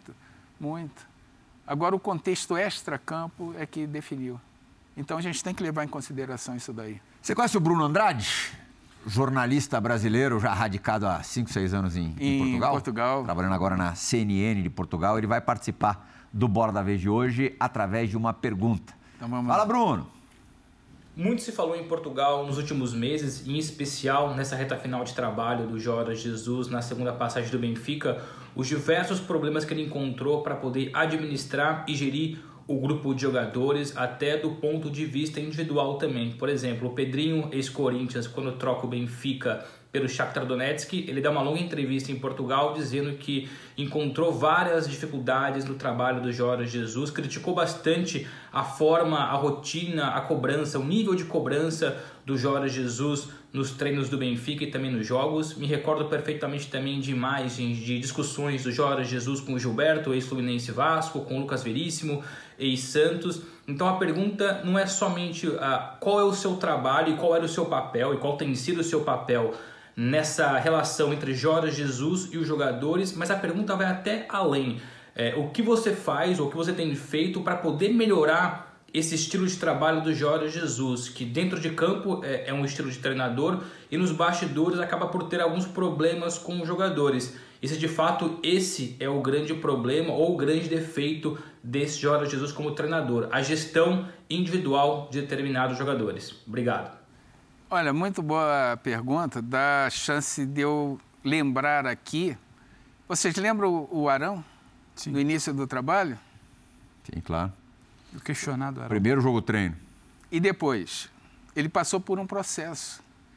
Muito. Agora, o contexto extra-campo é que definiu. Então, a gente tem que levar em consideração isso daí. Você conhece o Bruno Andrade? Jornalista brasileiro, já radicado há 5, 6 anos em Portugal? Em Portugal. Trabalhando agora na CNN de Portugal. Ele vai participar do Bola da Vez de hoje através de uma pergunta. Então, vamos Fala, lá. Bruno. Muito se falou em Portugal nos últimos meses, em especial nessa reta final de trabalho do Jorge Jesus na segunda passagem do Benfica, os diversos problemas que ele encontrou para poder administrar e gerir o grupo de jogadores, até do ponto de vista individual também. Por exemplo, o Pedrinho, ex-Corinthians, quando troca o Benfica pelo Shakhtar Donetsk, ele dá uma longa entrevista em Portugal dizendo que encontrou várias dificuldades no trabalho do Jorge Jesus, criticou bastante a forma, a rotina, a cobrança, o nível de cobrança do Jorge Jesus nos treinos do Benfica e também nos jogos. Me recordo perfeitamente também de imagens de discussões do Jorge Jesus com o Gilberto, ex-Fluminense Vasco, com o Lucas Veríssimo, ex-Santos. Então a pergunta não é somente qual é o seu trabalho e qual era o seu papel e qual tem sido o seu papel nessa relação entre Jorge Jesus e os jogadores, mas a pergunta vai até além. O que você faz ou o que você tem feito para poder melhorar esse estilo de trabalho do Jorge Jesus, que dentro de campo é um estilo de treinador e nos bastidores acaba por ter alguns problemas com os jogadores. E se de fato esse é o grande problema ou o grande defeito desse Jorge Jesus como treinador, a gestão individual de determinados jogadores. Obrigado. Olha, muito boa pergunta, dá chance de eu lembrar aqui. Vocês lembram o Arão? Sim. No início do trabalho? Sim, claro. O questionado Arão. Primeiro jogo treino. E depois? Ele passou por um processo.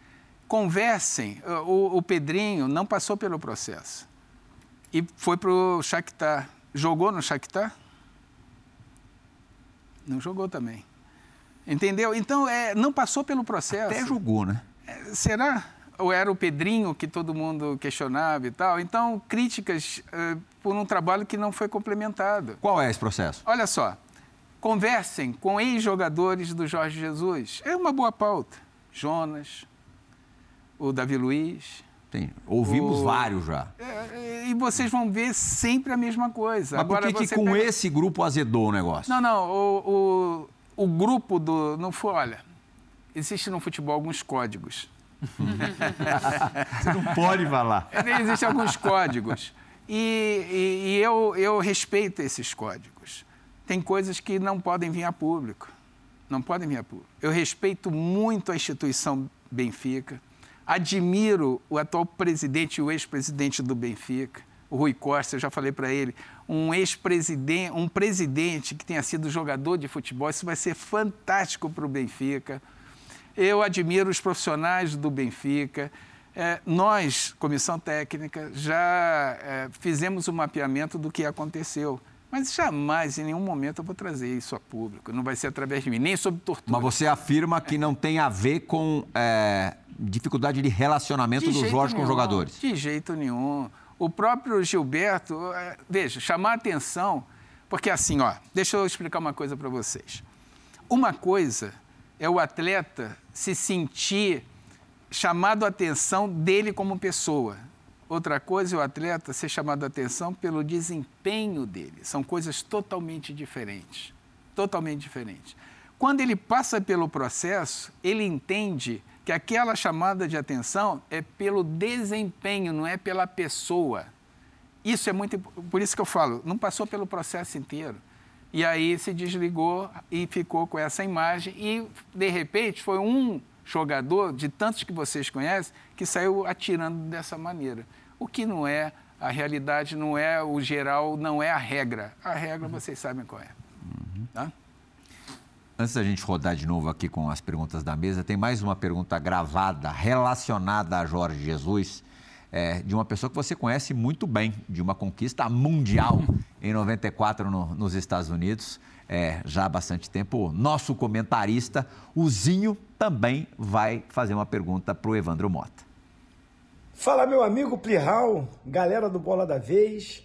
Conversem. O Pedrinho não passou pelo processo. E foi para o Shakhtar. Jogou no Shakhtar? Não jogou também. Entendeu? Então, não passou pelo processo. Até jogou, né? Será? Ou era o Pedrinho que todo mundo questionava e tal? Então, críticas por um trabalho que não foi complementado. Qual é esse processo? Olha só, conversem com ex-jogadores do Jorge Jesus. É uma boa pauta. Jonas, o Davi Luiz. Sim, ouvimos vários já. E vocês vão ver sempre a mesma coisa. Mas agora, por que com esse grupo azedou o negócio? Não. O grupo do... Não foi, olha, existe no futebol alguns códigos. Você não pode falar. Existem alguns códigos. E eu respeito esses códigos. Tem coisas que não podem vir a público. Não podem vir a público. Eu respeito muito a instituição Benfica. Admiro o atual presidente e o ex-presidente do Benfica, o Rui Costa, eu já falei para ele, um presidente que tenha sido jogador de futebol, isso vai ser fantástico para o Benfica. Eu admiro os profissionais do Benfica. Nós, comissão técnica, já fizemos um mapeamento do que aconteceu. Mas jamais, em nenhum momento, eu vou trazer isso a público. Não vai ser através de mim, nem sob tortura. Mas você afirma que não tem a ver com dificuldade de relacionamento do Jorge com os jogadores? De jeito nenhum. O próprio Gilberto, veja, chamar a atenção, porque assim, deixa eu explicar uma coisa para vocês. Uma coisa é o atleta se sentir chamado a atenção dele como pessoa. Outra coisa é o atleta ser chamado a atenção pelo desempenho dele. São coisas totalmente diferentes. Totalmente diferentes. Quando ele passa pelo processo, ele entende que aquela chamada de atenção é pelo desempenho, não é pela pessoa. Isso é muito... Por isso que eu falo, não passou pelo processo inteiro. E aí se desligou e ficou com essa imagem e, de repente, foi um jogador, de tantos que vocês conhecem, que saiu atirando dessa maneira. O que não é a realidade, não é o geral, não é a regra. A regra vocês sabem qual é. Tá? Antes da gente rodar de novo aqui com as perguntas da mesa, tem mais uma pergunta gravada relacionada a Jorge Jesus, de uma pessoa que você conhece muito bem, de uma conquista mundial em 94 nos Estados Unidos. já há bastante tempo, nosso comentarista, o Zinho, também vai fazer uma pergunta para o Evandro Mota. Fala, meu amigo Plihal, galera do Bola da Vez.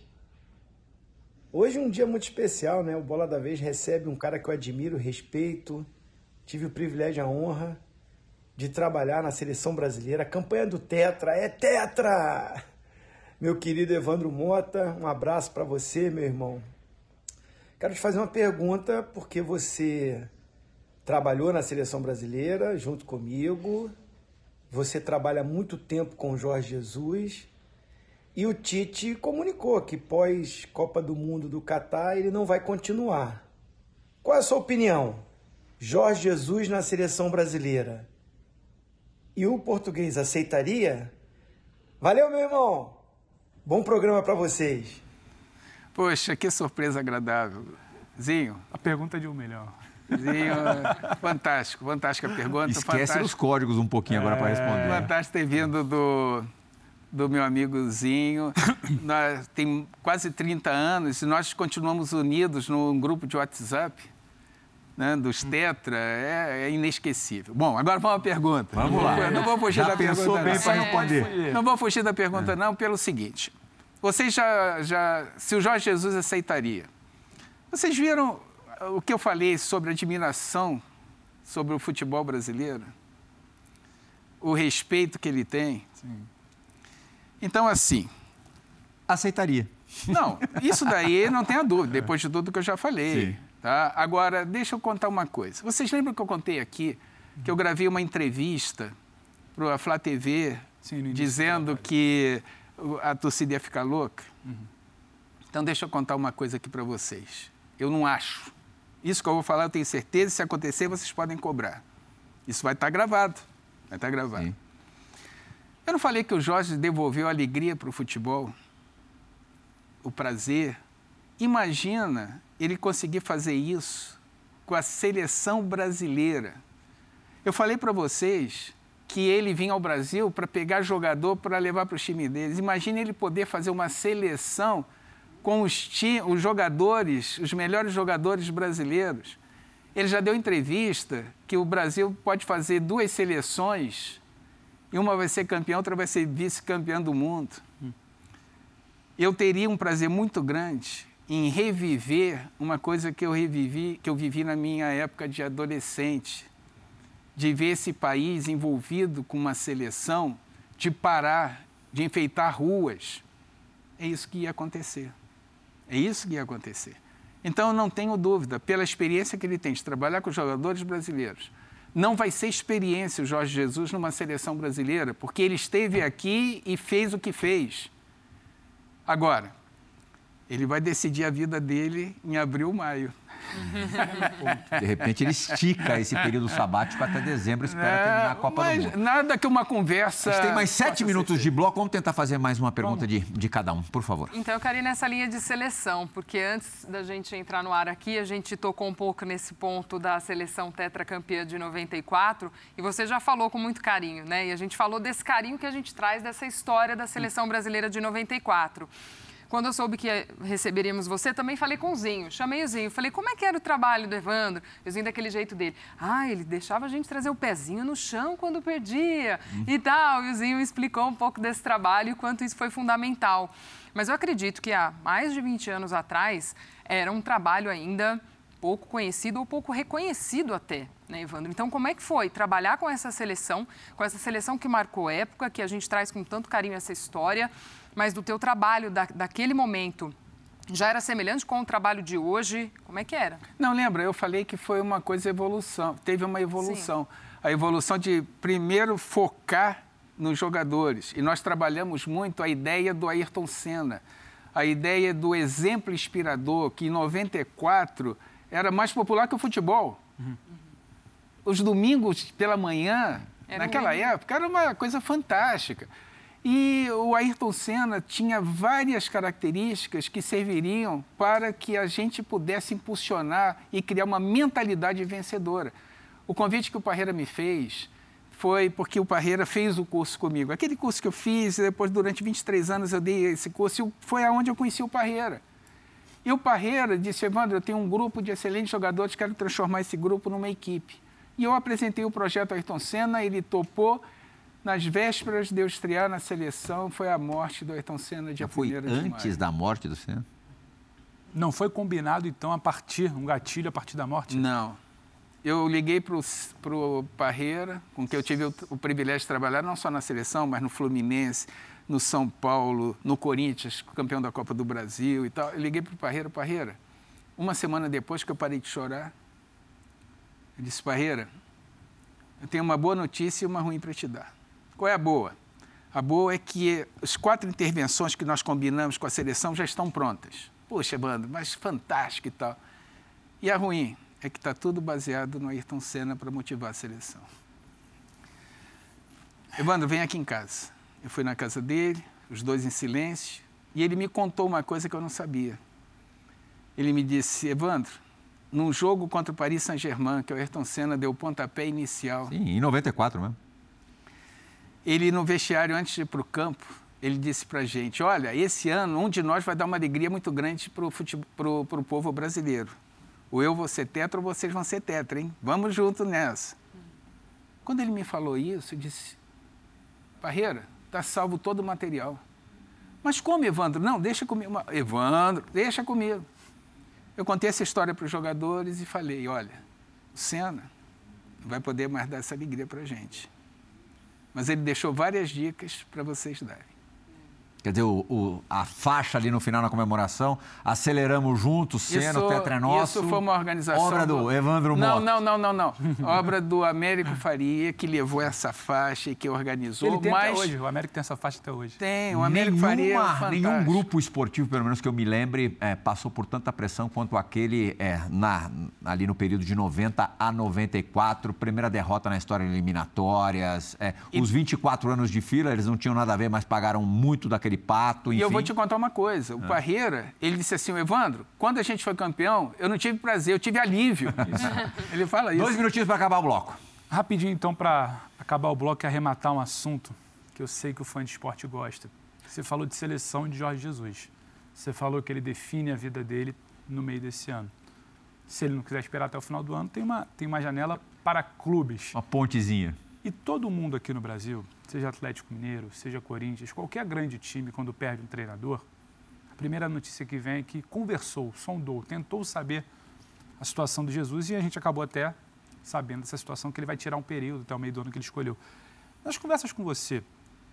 Hoje é um dia muito especial, né? O Bola da Vez recebe um cara que eu admiro, respeito. Tive o privilégio e a honra de trabalhar na seleção brasileira. A campanha do Tetra é Tetra! Meu querido Evandro Mota, um abraço para você, meu irmão. Quero te fazer uma pergunta, porque você trabalhou na seleção brasileira junto comigo. Você trabalha há muito tempo com o Jorge Jesus. E o Tite comunicou que pós Copa do Mundo do Catar ele não vai continuar. Qual é a sua opinião? Jorge Jesus na seleção brasileira. E o português aceitaria? Valeu, meu irmão! Bom programa para vocês. Poxa, que surpresa agradável. Zinho. A pergunta de 1 milhão. Zinho, fantástico, fantástica pergunta. Esquece os códigos um pouquinho agora para responder. Fantástico ter vindo do meu amigo Zinho. Tem quase 30 anos e nós continuamos unidos num grupo de WhatsApp, né, dos Tetra, é inesquecível. Bom, agora vamos à pergunta. Vamos lá. Não vou fugir da pergunta. Pensou bem para responder. Não vou fugir da pergunta, não, pelo seguinte. Vocês se o Jorge Jesus aceitaria, vocês viram o que eu falei sobre admiração sobre o futebol brasileiro? O respeito que ele tem? Sim. Então, assim... Aceitaria. Não, isso daí não tenha dúvida, depois de tudo que eu já falei. Tá? Agora, deixa eu contar uma coisa. Vocês lembram que eu contei aqui que eu gravei uma entrevista para a Flá TV dizendo que a torcida ia ficar louca? Então, deixa eu contar uma coisa aqui para vocês. Eu não acho. Isso que eu vou falar, eu tenho certeza, se acontecer, vocês podem cobrar. Isso vai estar gravado. Vai estar gravado. Sim. Eu não falei que o Jorge devolveu a alegria para o futebol? O prazer? Imagina ele conseguir fazer isso com a seleção brasileira. Eu falei para vocês que ele vinha ao Brasil para pegar jogador para levar para o time deles. Imagina ele poder fazer uma seleção com os jogadores, os melhores jogadores brasileiros. Ele já deu entrevista que o Brasil pode fazer 2 seleções, e uma vai ser campeã, outra vai ser vice-campeã do mundo. Eu teria um prazer muito grande em reviver uma coisa que eu vivi na minha época de adolescente, de ver esse país envolvido com uma seleção, de parar, de enfeitar ruas. É isso que ia acontecer. É isso que ia acontecer. Então, eu não tenho dúvida, pela experiência que ele tem de trabalhar com os jogadores brasileiros, não vai ser experiência o Jorge Jesus numa seleção brasileira, porque ele esteve aqui e fez o que fez. Agora, ele vai decidir a vida dele em abril, maio. De repente ele estica esse período sabático até dezembro, espera terminar a Copa do Mundo. Nada que uma conversa... A gente tem mais 7 minutos de bloco, vamos tentar fazer mais uma pergunta de cada um, por favor. Então eu quero ir nessa linha de seleção, porque antes da gente entrar no ar aqui, a gente tocou um pouco nesse ponto da seleção tetracampeã de 94, e você já falou com muito carinho, né? E a gente falou desse carinho que a gente traz dessa história da seleção brasileira de 94. Quando eu soube que receberíamos você, também falei com o Zinho. Chamei o Zinho, falei, como é que era o trabalho do Evandro? O Zinho daquele jeito dele. Ele deixava a gente trazer o pezinho no chão quando perdia e tal. E o Zinho explicou um pouco desse trabalho e quanto isso foi fundamental. Mas eu acredito que há mais de 20 anos atrás era um trabalho ainda pouco conhecido ou pouco reconhecido até, né, Evandro? Então, como é que foi trabalhar com essa seleção que marcou época, que a gente traz com tanto carinho essa história, mas do teu trabalho daquele momento já era semelhante com o trabalho de hoje? Como é que era? Não, lembra, eu falei que foi uma evolução, teve uma evolução. Sim. A evolução de, primeiro, focar nos jogadores. E nós trabalhamos muito a ideia do Ayrton Senna, a ideia do exemplo inspirador, que em 94 era mais popular que o futebol. Os domingos pela manhã, naquela época, era uma coisa fantástica. E o Ayrton Senna tinha várias características que serviriam para que a gente pudesse impulsionar e criar uma mentalidade vencedora. O convite que o Parreira me fez foi porque o Parreira fez o curso comigo. Aquele curso que eu fiz, depois durante 23 anos eu dei esse curso, e foi aonde eu conheci o Parreira. E o Parreira disse, Evandro, eu tenho um grupo de excelentes jogadores, quero transformar esse grupo numa equipe. E eu apresentei o projeto Ayrton Senna, ele topou. Nas vésperas de eu estrear na seleção, foi a morte do Ayrton Senna, dia 1º de maio. Foi antes da morte do Senna? Não foi combinado, então, um gatilho a partir da morte? Não. Eu liguei para o Parreira, com quem eu tive o privilégio de trabalhar, não só na seleção, mas no Fluminense, no São Paulo, no Corinthians, campeão da Copa do Brasil e tal. Eu liguei para o Parreira, uma semana depois que eu parei de chorar, eu disse, Parreira, eu tenho uma boa notícia e uma ruim para te dar. Qual é a boa? A boa é que as 4 intervenções que nós combinamos com a seleção já estão prontas. Poxa, Evandro, mas fantástico e tal. E a ruim é que está tudo baseado no Ayrton Senna para motivar a seleção. Evandro, vem aqui em casa. Eu fui na casa dele, os dois em silêncio, e ele me contou uma coisa que eu não sabia. Ele me disse, Evandro, num jogo contra o Paris Saint-Germain, que o Ayrton Senna deu o pontapé inicial. Sim, em 94 mesmo. Ele, no vestiário, antes de ir para o campo, ele disse para a gente, olha, esse ano um de nós vai dar uma alegria muito grande para o povo brasileiro. Ou eu vou ser tetra ou vocês vão ser tetra, hein? Vamos junto nessa. Quando ele me falou isso, eu disse, Parreira, está salvo todo o material. Mas como, Evandro? Não, deixa comigo. Evandro, deixa comigo. Eu contei essa história para os jogadores e falei, olha, o Senna não vai poder mais dar essa alegria para a gente. Mas ele deixou várias dicas para vocês darem. Quer dizer, a faixa ali no final, na comemoração, aceleramos juntos, Senna, o tetra é nosso. Isso foi uma organização... Obra do Evandro Mota. Não. Obra do Américo Faria, que levou essa faixa e que organizou. Ele tem até hoje, o Américo tem essa faixa até hoje. Tem, o Américo Faria é fantástico. Nenhum grupo esportivo, pelo menos que eu me lembre, passou por tanta pressão quanto aquele ali no período de 90 a 94, primeira derrota na história de eliminatórias. Os 24 anos de fila, eles não tinham nada a ver, mas pagaram muito daquele pato, enfim. E eu vou te contar uma coisa. O Parreira, ele disse assim, Evandro, quando a gente foi campeão, eu não tive prazer, eu tive alívio. Ele fala isso. 2 minutinhos para acabar o bloco. Rapidinho, então, para acabar o bloco e arrematar um assunto que eu sei que o fã de esporte gosta. Você falou de seleção de Jorge Jesus. Você falou que ele define a vida dele no meio desse ano. Se ele não quiser esperar até o final do ano, tem uma janela para clubes. Uma pontezinha. E todo mundo aqui no Brasil, seja Atlético Mineiro, seja Corinthians, qualquer grande time, quando perde um treinador, a primeira notícia que vem é que conversou, sondou, tentou saber a situação do Jesus e a gente acabou até sabendo dessa situação que ele vai tirar um período até o meio do ano que ele escolheu. Nas conversas com você,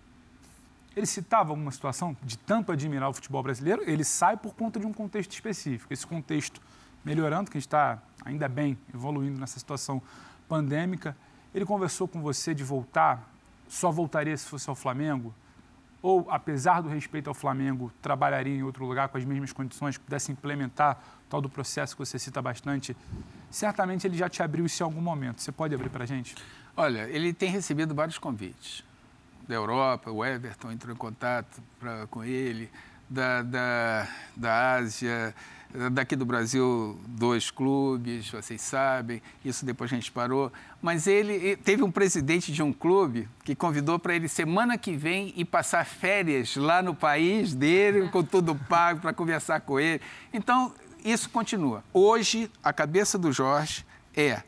ele citava alguma situação de tanto admirar o futebol brasileiro? Ele sai por conta de um contexto específico. Esse contexto melhorando, que a gente está ainda bem evoluindo nessa situação pandêmica. Ele conversou com você de voltar, só voltaria se fosse ao Flamengo? Ou, apesar do respeito ao Flamengo, trabalharia em outro lugar com as mesmas condições, que pudesse implementar todo o processo que você cita bastante? Certamente ele já te abriu isso em algum momento. Você pode abrir para a gente? Olha, ele tem recebido vários convites. Da Europa, o Everton entrou em contato com ele, da Ásia... Daqui do Brasil, 2 clubes, vocês sabem, isso depois a gente parou. Mas ele teve um presidente de um clube que convidou para ele semana que vem ir passar férias lá no país dele, com tudo pago, para conversar com ele. Então, isso continua. Hoje, a cabeça do Jorge é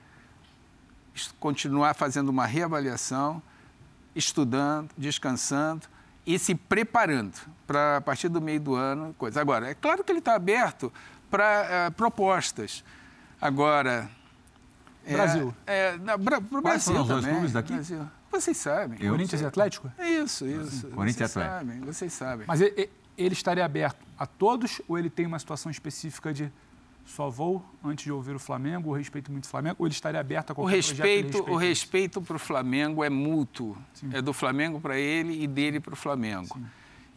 continuar fazendo uma reavaliação, estudando, descansando e se preparando para, a partir do meio do ano, coisa. Agora, é claro que ele está aberto para propostas. Agora... Brasil. Para o Quais Brasil são os 2 também. clubes daqui? Brasil. Vocês sabem. Corinthians e Atlético? Isso. Corinthians e Atlético. Vocês sabem. Mas ele estaria aberto a todos ou ele tem uma situação específica de só vou antes de ouvir o Flamengo, ou respeito muito o Flamengo, ou ele estaria aberto a qualquer projeto? O respeito para o Flamengo é mútuo. Sim. É do Flamengo para ele e dele para o Flamengo. Sim.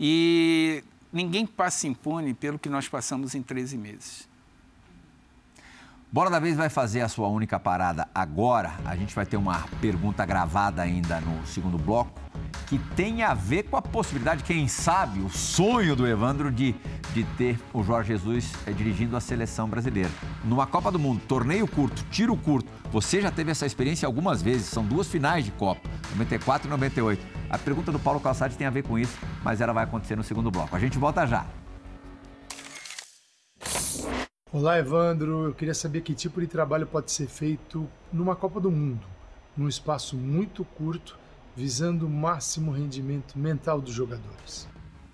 E ninguém passa impune pelo que nós passamos em 13 meses. Bola da Vez vai fazer a sua única parada agora. A gente vai ter uma pergunta gravada ainda no segundo bloco, que tem a ver com a possibilidade, quem sabe, o sonho do Evandro de ter o Jorge Jesus dirigindo a seleção brasileira. Numa Copa do Mundo, torneio curto, tiro curto, você já teve essa experiência algumas vezes, são 2 finais de Copa, 94 e 98. A pergunta do Paulo Calçade tem a ver com isso, mas ela vai acontecer no segundo bloco. A gente volta já. Olá, Evandro. Eu queria saber que tipo de trabalho pode ser feito numa Copa do Mundo, num espaço muito curto, visando o máximo rendimento mental dos jogadores.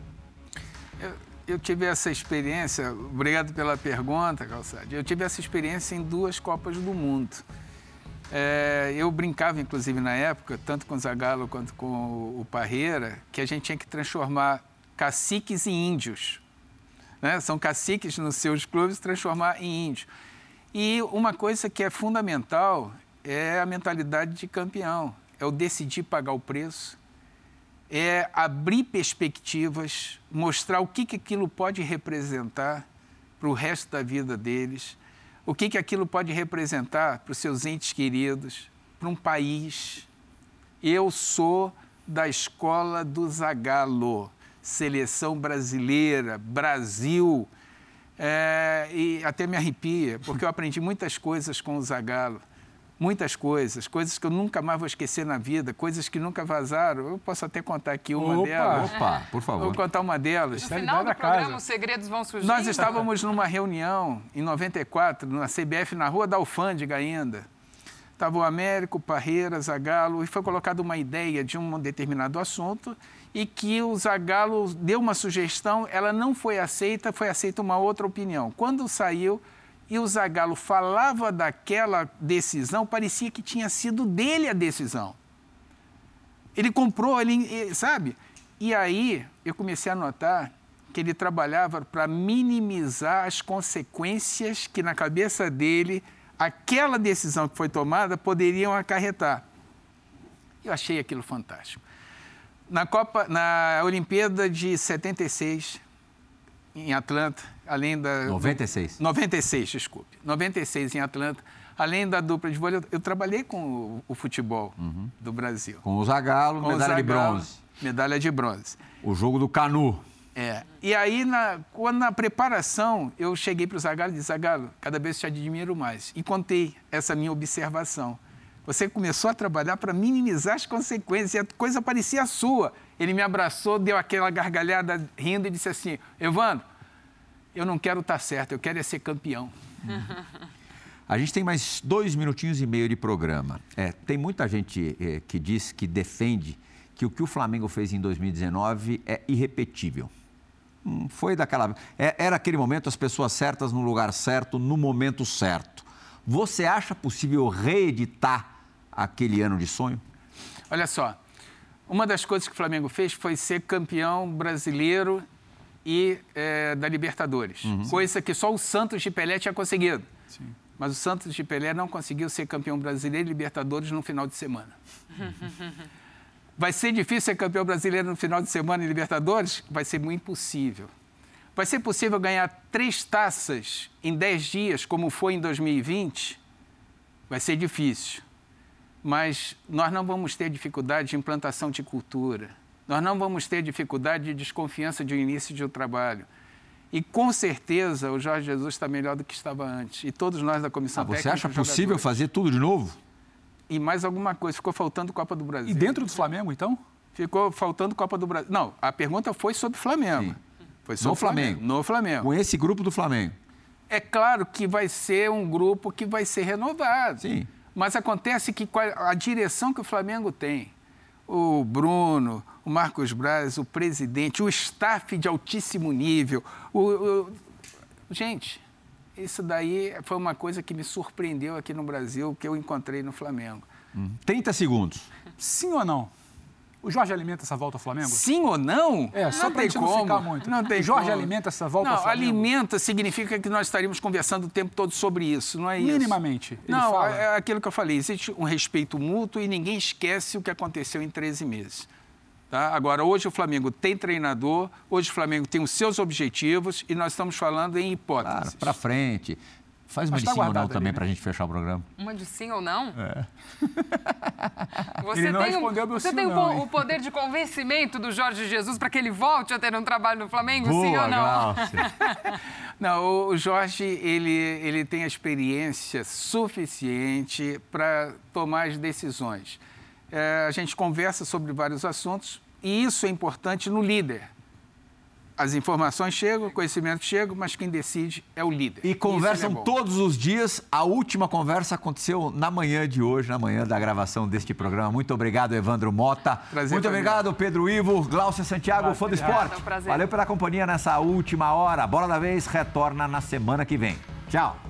Eu tive essa experiência, obrigado pela pergunta, Calçade. Eu tive essa experiência em 2 Copas do Mundo. Eu brincava, inclusive, na época, tanto com o Zagallo quanto com o Parreira, que a gente tinha que transformar caciques em índios. Né? São caciques nos seus clubes, transformar em índios. E uma coisa que é fundamental é a mentalidade de campeão, é o decidir pagar o preço, é abrir perspectivas, mostrar o que aquilo pode representar para o resto da vida deles, o que aquilo pode representar para os seus entes queridos, para um país. Eu sou da escola do Zagallo, seleção brasileira, Brasil, e até me arrepia, porque eu aprendi muitas coisas com o Zagallo. Muitas coisas que eu nunca mais vou esquecer na vida, coisas que nunca vazaram. Eu posso até contar aqui uma delas. Opa, por favor. Vou contar uma delas. No final do programa, os segredos vão surgindo. Nós estávamos numa reunião, em 94, na CBF, na Rua da Alfândega ainda. Estava o Américo, o Parreira, Zagallo, e foi colocada uma ideia de um determinado assunto e que o Zagallo deu uma sugestão, ela não foi aceita uma outra opinião. Quando saiu e o Zagallo falava daquela decisão, parecia que tinha sido dele a decisão. Ele comprou, sabe? E aí eu comecei a notar que ele trabalhava para minimizar as consequências que na cabeça dele aquela decisão que foi tomada poderiam acarretar. Eu achei aquilo fantástico. Na Olimpíada de 76, em Atlanta, além da... 96. 96, desculpe. 96 em Atlanta. Além da dupla de vôlei, eu trabalhei com o futebol do Brasil. Com o Zagallo, medalha de bronze. Medalha de bronze. O jogo do Canu. E aí, quando na preparação, eu cheguei para o Zagallo e disse, Zagallo, cada vez te admiro mais. E contei essa minha observação. Você começou a trabalhar para minimizar as consequências, e a coisa parecia sua. Ele me abraçou, deu aquela gargalhada rindo e disse assim, Evandro, eu não quero estar certo, eu quero ser campeão. A gente tem mais 2 minutinhos e meio de programa. Tem muita gente que diz, que defende que o Flamengo fez em 2019 é irrepetível. Foi daquela... Era aquele momento, as pessoas certas no lugar certo, no momento certo. Você acha possível reeditar aquele ano de sonho? Olha só, uma das coisas que o Flamengo fez foi ser campeão brasileiro e da Libertadores. Coisa que só o Santos de Pelé tinha conseguido. Sim. Mas o Santos de Pelé não conseguiu ser campeão brasileiro e Libertadores no final de semana. Vai ser difícil ser campeão brasileiro no final de semana e Libertadores? Vai ser muito impossível. Vai ser possível ganhar 3 taças em 10 dias, como foi em 2020? Vai ser difícil. Mas nós não vamos ter dificuldade de implantação de cultura. Nós não vamos ter dificuldade de desconfiança de início de um trabalho. E, com certeza, o Jorge Jesus está melhor do que estava antes. E todos nós da comissão técnica... Você acha possível fazer tudo de novo? E mais alguma coisa. Ficou faltando Copa do Brasil. E dentro do Flamengo, então? Ficou faltando Copa do Brasil. Não, a pergunta foi sobre o Flamengo. Sim. Foi sobre no Flamengo. No Flamengo. Com esse grupo do Flamengo. É claro que vai ser um grupo que vai ser renovado. Sim. Mas acontece que a direção que o Flamengo tem, o Bruno, o Marcos Braz, o presidente, o staff de altíssimo nível, gente, isso daí foi uma coisa que me surpreendeu aqui no Brasil, que eu encontrei no Flamengo. 30 segundos. Sim ou não? O Jorge alimenta essa volta ao Flamengo? Sim ou não? Só para a gente não ficar muito. Não tem o Jorge como. alimenta essa volta ao Flamengo? Não, alimenta significa que nós estaríamos conversando o tempo todo sobre isso, não é isso? Minimamente. Não, fala... é aquilo que eu falei, existe um respeito mútuo e ninguém esquece o que aconteceu em 13 meses. Tá? Agora, hoje o Flamengo tem treinador, hoje o Flamengo tem os seus objetivos e nós estamos falando em hipóteses. Claro, para frente. Faz uma de sim ou não também para a gente fechar o programa. Uma de sim ou não? Ele não respondeu meu sim ou não. Você tem o poder de convencimento do Jorge Jesus para que ele volte a ter um trabalho no Flamengo, sim ou não? Não, o Jorge, ele tem a experiência suficiente para tomar as decisões. A gente conversa sobre vários assuntos e isso é importante no líder. As informações chegam, o conhecimento chega, mas quem decide é o líder. E conversam todos os dias. A última conversa aconteceu na manhã de hoje, na manhã da gravação deste programa. Muito obrigado, Evandro Mota. Prazer. Muito obrigado, Pedro Ivo, Glaucia Santiago, fã do esporte. É um prazer. Valeu pela companhia nessa última hora. Bola da Vez retorna na semana que vem. Tchau.